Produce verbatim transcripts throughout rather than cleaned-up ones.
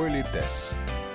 Политес.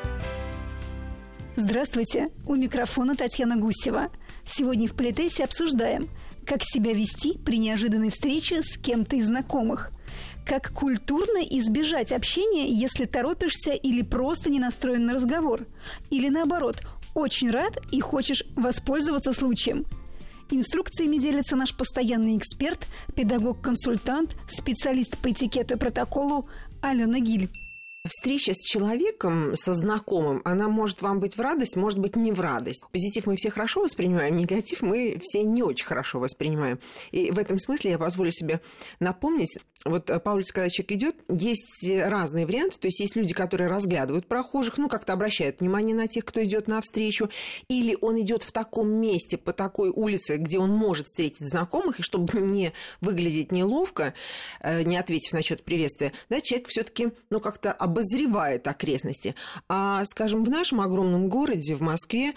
Здравствуйте, у микрофона Татьяна Гусева. Сегодня в Политесе обсуждаем, как себя вести при неожиданной встрече с кем-то из знакомых, как культурно избежать общения, если торопишься или просто не настроен на разговор, или наоборот, очень рад и хочешь воспользоваться случаем. Инструкциями делится наш постоянный эксперт, педагог-консультант, специалист по этикету и протоколу Алена Гиль. Встреча с человеком, со знакомым, она может вам быть в радость, может быть не в радость. Позитив мы все хорошо воспринимаем, негатив мы все не очень хорошо воспринимаем. И в этом смысле я позволю себе напомнить, вот по улице, когда человек идет, есть разные варианты. То есть есть люди, которые разглядывают прохожих, ну, как-то обращают внимание на тех, кто идет навстречу, или он идет в таком месте, по такой улице, где он может встретить знакомых, и чтобы не выглядеть неловко, не ответив на счет приветствия, да, человек все-таки, ну, как-то обозревает окрестности. А, скажем, в нашем огромном городе, в Москве,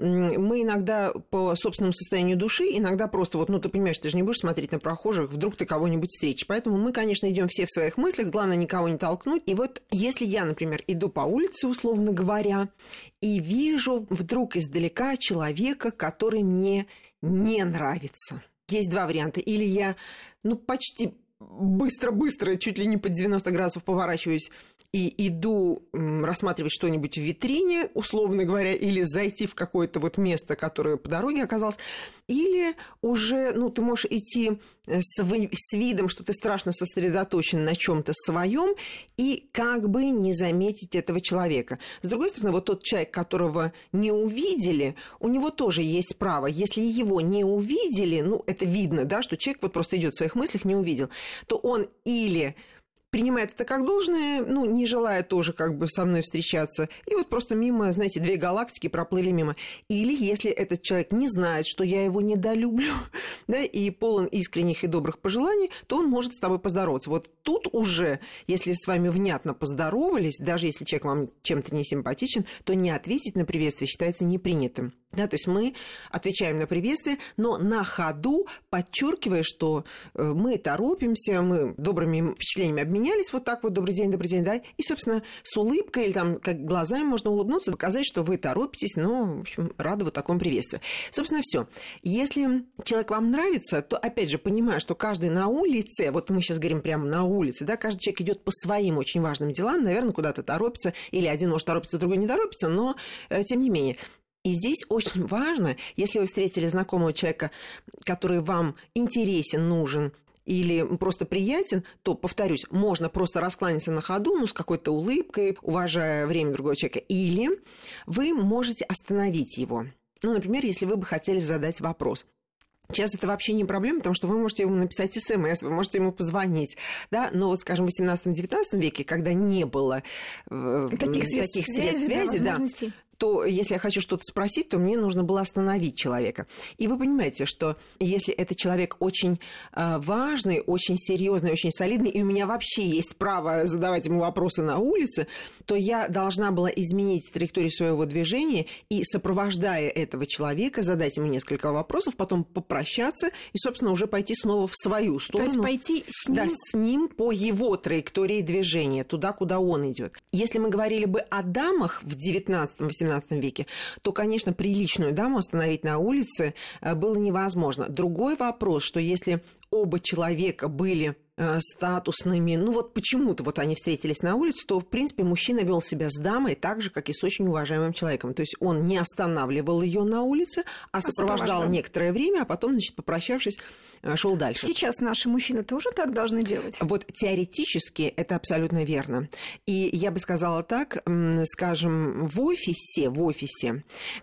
мы иногда по собственному состоянию души, иногда просто вот, ну, ты понимаешь, ты же не будешь смотреть на прохожих, вдруг ты кого-нибудь встретишь. Поэтому мы, конечно, идем все в своих мыслях, главное никого не толкнуть. И вот если я, например, иду по улице, условно говоря, и вижу вдруг издалека человека, который мне не нравится. Есть два варианта. Или я, ну, почти быстро-быстро, чуть ли не под девяносто градусов поворачиваюсь и иду рассматривать что-нибудь в витрине, условно говоря, или зайти в какое-то вот место, которое по дороге оказалось, или уже, ну, ты можешь идти с, вы, с видом, что ты страшно сосредоточен на чем-то своем и как бы не заметить этого человека. С другой стороны, вот тот человек, которого не увидели, у него тоже есть право. Если его не увидели, ну, это видно, да, что человек вот просто идет в своих мыслях, не увидел, то он или принимает это как должное, ну, не желая тоже как бы со мной встречаться, и вот просто мимо, знаете, две галактики проплыли мимо. Или если этот человек не знает, что я его недолюблю, да, и полон искренних и добрых пожеланий, то он может с тобой поздороваться. Вот тут уже, если с вами внятно поздоровались, даже если человек вам чем-то не симпатичен, то не ответить на приветствие считается непринятым. Да, то есть мы отвечаем на приветствие, но на ходу, подчеркивая, что мы торопимся, мы добрыми впечатлениями обменялись, вот так вот, добрый день, добрый день, да, и, собственно, с улыбкой или там как глазами можно улыбнуться, показать, что вы торопитесь, но, в общем, рада вот такому приветствию. Собственно, все. Если человек вам нравится, то, опять же, понимая, что каждый на улице, вот мы сейчас говорим прямо на улице, да, каждый человек идет по своим очень важным делам, наверное, куда-то торопится, или один может торопиться, другой не торопится, но, тем не менее. И здесь очень важно, если вы встретили знакомого человека, который вам интересен, нужен или просто приятен, то, повторюсь, можно просто раскланяться на ходу, ну, с какой-то улыбкой, уважая время другого человека. Или вы можете остановить его. Ну, например, если вы бы хотели задать вопрос. Сейчас это вообще не проблема, потому что вы можете ему написать смс, вы можете ему позвонить, да, но вот, скажем, в восемнадцатом-девятнадцатом веке, когда не было э, таких, таких средств связи, да, то если я хочу что-то спросить, то мне нужно было остановить человека. И вы понимаете, что если это человек очень э, важный, очень серьезный, очень солидный, и у меня вообще есть право задавать ему вопросы на улице, то я должна была изменить траекторию своего движения и, сопровождая этого человека, задать ему несколько вопросов, потом попрощаться и, собственно, уже пойти снова в свою сторону. То есть пойти с ним? Да, с ним по его траектории движения, туда, куда он идет. Если мы говорили бы о дамах в девятнадцатом-восемнадцатом веке, то, конечно, приличную даму остановить на улице было невозможно. Другой вопрос, что если оба человека были статусными, ну вот почему-то вот они встретились на улице, то, в принципе, мужчина вел себя с дамой так же, как и с очень уважаемым человеком. То есть он не останавливал ее на улице, а, а сопровождал, сопровождал некоторое время, а потом, значит, попрощавшись, шел дальше. Сейчас наши мужчины тоже так должны делать? Вот теоретически это абсолютно верно. И я бы сказала так, скажем, в офисе, в офисе,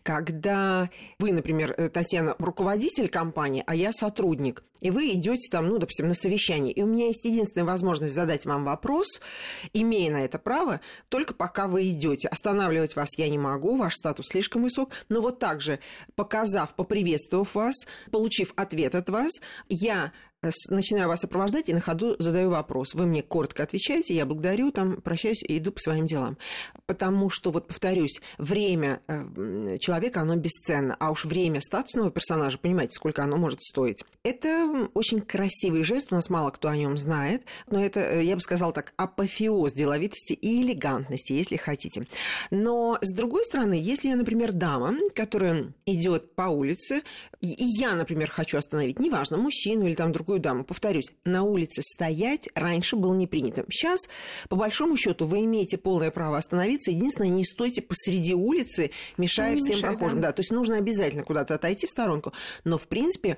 когда вы, например, Татьяна, руководитель компании, а я сотрудник, и вы идете там, ну, допустим, на совещание, и у меня есть единственная возможность задать вам вопрос, имея на это право, только пока вы идете. Останавливать вас я не могу, ваш статус слишком высок, но вот так же, показав, поприветствовав вас, получив ответ от вас, я начинаю вас сопровождать и на ходу задаю вопрос. Вы мне коротко отвечаете, я благодарю, там, прощаюсь и иду по своим делам. Потому что, вот повторюсь, время человека, оно бесценно, а уж время статусного персонажа, понимаете, сколько оно может стоить. Это очень красивый жест, у нас мало кто о нем знает, но это, я бы сказала так, апофеоз деловитости и элегантности, если хотите. Но, с другой стороны, если я, например, дама, которая идет по улице, и я, например, хочу остановить, неважно, мужчину или там другую даму, повторюсь, на улице стоять раньше было не принято. Сейчас, по большому счету, вы имеете полное право остановиться, единственное, не стойте посреди улицы, мешая не всем мешай, прохожим. да. Да, то есть нужно обязательно куда-то отойти в сторонку, но, в принципе,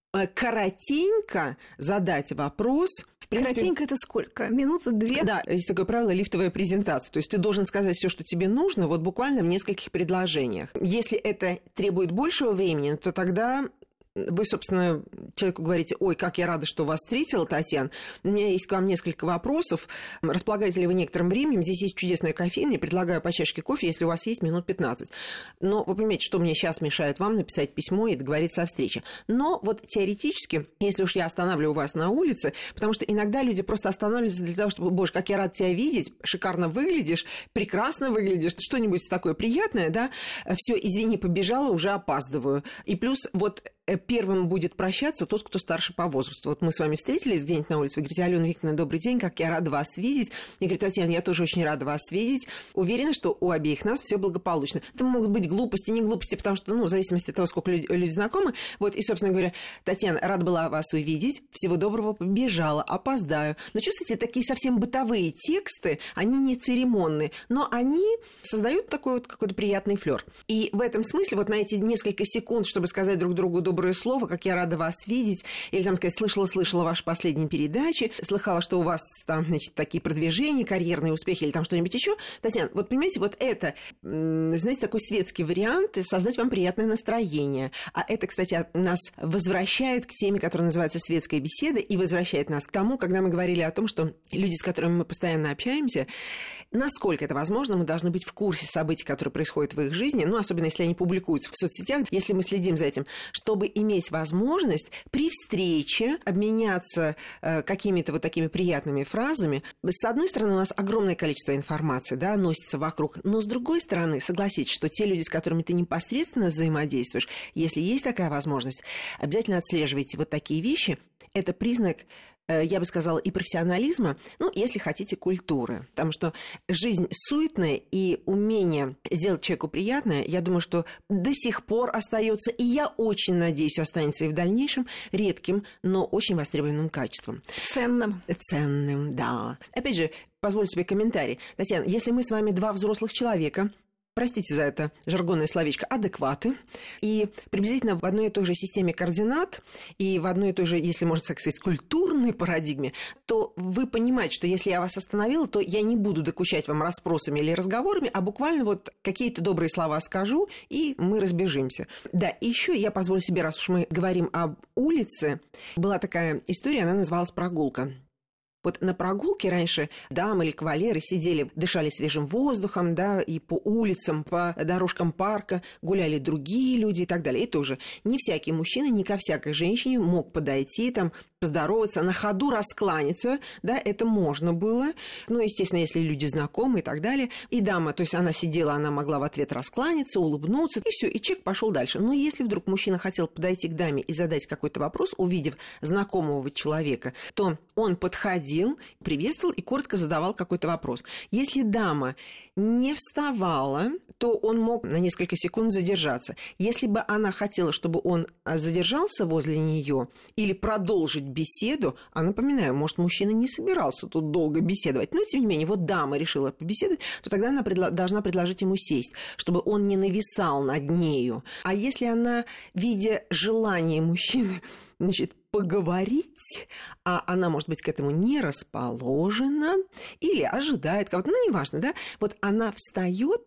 коротенько задать вопрос. В принципе, коротенько это сколько? Минута, две? Да, есть такое правило лифтовая презентация. То есть ты должен сказать все, что тебе нужно, вот буквально в нескольких предложениях. Если это требует большего времени, то тогда вы, собственно, человеку говорите: ой, как я рада, что вас встретила, Татьяна. У меня есть к вам несколько вопросов. Располагаете ли вы некоторым временем? Здесь есть чудесная кофейня. Предлагаю по чашке кофе, если у вас есть минут пятнадцать. Но вы понимаете, что мне сейчас мешает вам написать письмо и договориться о встрече. Но вот теоретически, если уж я останавливаю вас на улице, потому что иногда люди просто останавливаются для того, чтобы: боже, как я рад тебя видеть, шикарно выглядишь, прекрасно выглядишь, что-нибудь такое приятное, да? Все, извини, побежала, уже опаздываю. И плюс вот первым будет прощаться тот, кто старше по возрасту. Вот мы с вами встретились где-нибудь на улице, вы говорите: Алена Викторовна, добрый день, как я рада вас видеть. Я говорю: Татьяна, я тоже очень рада вас видеть. Уверена, что у обеих нас все благополучно. Это могут быть глупости, не глупости, потому что, ну, в зависимости от того, сколько люди, люди знакомы. Вот, и, собственно говоря, Татьяна, рада была вас увидеть, всего доброго, побежала, опоздаю. Но чувствуете, такие совсем бытовые тексты, они не церемонные, но они создают такой вот какой-то приятный флёр. И в этом смысле вот на эти несколько секунд, чтобы сказать друг другу доброе слово, как я рада вас видеть, или там сказать: слышала-слышала ваши последние передачи, слыхала, что у вас там, значит, такие продвижения, карьерные успехи или там что-нибудь еще. Татьяна, вот понимаете, вот это, знаете, такой светский вариант создать вам приятное настроение. А это, кстати, нас возвращает к теме, которая называется светская беседа, и возвращает нас к тому, когда мы говорили о том, что люди, с которыми мы постоянно общаемся, насколько это возможно, мы должны быть в курсе событий, которые происходят в их жизни, ну, особенно если они публикуются в соцсетях, если мы следим за этим, чтобы иметь возможность при встрече обменяться э, какими-то вот такими приятными фразами. С одной стороны, у нас огромное количество информации, да, носится вокруг, но с другой стороны, согласитесь, что те люди, с которыми ты непосредственно взаимодействуешь, если есть такая возможность, обязательно отслеживайте вот такие вещи. Это признак, я бы сказала, и профессионализма, ну, если хотите, культуры. Потому что жизнь суетная, и умение сделать человеку приятное, я думаю, что до сих пор остается, и я очень надеюсь, останется и в дальнейшем редким, но очень востребованным качеством. Ценным. Ценным, да. Опять же, позвольте себе комментарий. Татьяна, если мы с вами два взрослых человека, простите за это жаргонное словечко, адекваты, и приблизительно в одной и той же системе координат, и в одной и той же, если можно так сказать, культурной парадигме, то вы понимаете, что если я вас остановила, то я не буду докучать вам расспросами или разговорами, а буквально вот какие-то добрые слова скажу, и мы разбежимся. Да, и еще я позволю себе, раз уж мы говорим об улице, была такая история, она называлась «Прогулка». Вот на прогулке раньше дамы или кавалеры сидели, дышали свежим воздухом, да, и по улицам, по дорожкам парка гуляли другие люди и так далее. И тоже не всякий мужчина, не ко всякой женщине мог подойти, там, поздороваться, на ходу раскланяться, да, это можно было. Ну, естественно, если люди знакомы и так далее. И дама, то есть она сидела, она могла в ответ раскланяться, улыбнуться, и все, и человек пошел дальше. Но если вдруг мужчина хотел подойти к даме и задать какой-то вопрос, увидев знакомого человека, то он подходил, приветствовал и коротко задавал какой-то вопрос. Если дама не вставала, то он мог на несколько секунд задержаться. Если бы она хотела, чтобы он задержался возле нее или продолжить беседу, а напоминаю, может, мужчина не собирался тут долго беседовать, но тем не менее, вот дама решила побеседовать, то тогда она предла- должна предложить ему сесть, чтобы он не нависал над нею. А если она, видя желание мужчины, значит, поговорить, а она, может быть, к этому не расположена или ожидает кого-то, ну, неважно, да, вот она встает,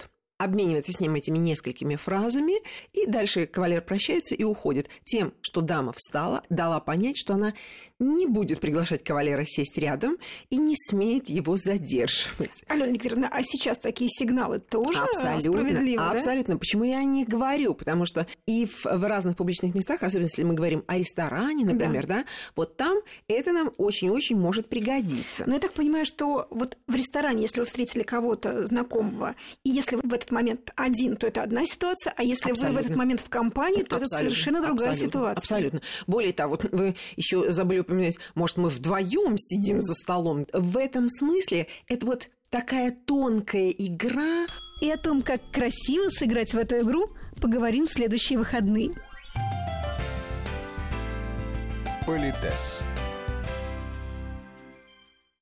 обменивается с ним этими несколькими фразами, и дальше кавалер прощается и уходит тем, что дама встала, дала понять, что она не будет приглашать кавалера сесть рядом и не смеет его задерживать. Алена Викторовна, а сейчас такие сигналы тоже абсолютно, справедливы, да? Абсолютно. Почему я о них говорю? Потому что и в, в разных публичных местах, особенно если мы говорим о ресторане, например, да, да вот там это нам очень-очень может пригодиться. Но я так понимаю, что вот в ресторане, если вы встретили кого-то знакомого, и если вы в этот момент один, то это одна ситуация, а если абсолютно. Вы в этот момент в компании, то абсолютно. Это совершенно другая абсолютно. Ситуация. Абсолютно. Более того, вот вы еще забыли упомянуть, может, мы вдвоем сидим за столом. В этом смысле это вот такая тонкая игра. И о том, как красиво сыграть в эту игру, поговорим в следующие выходные. Политес.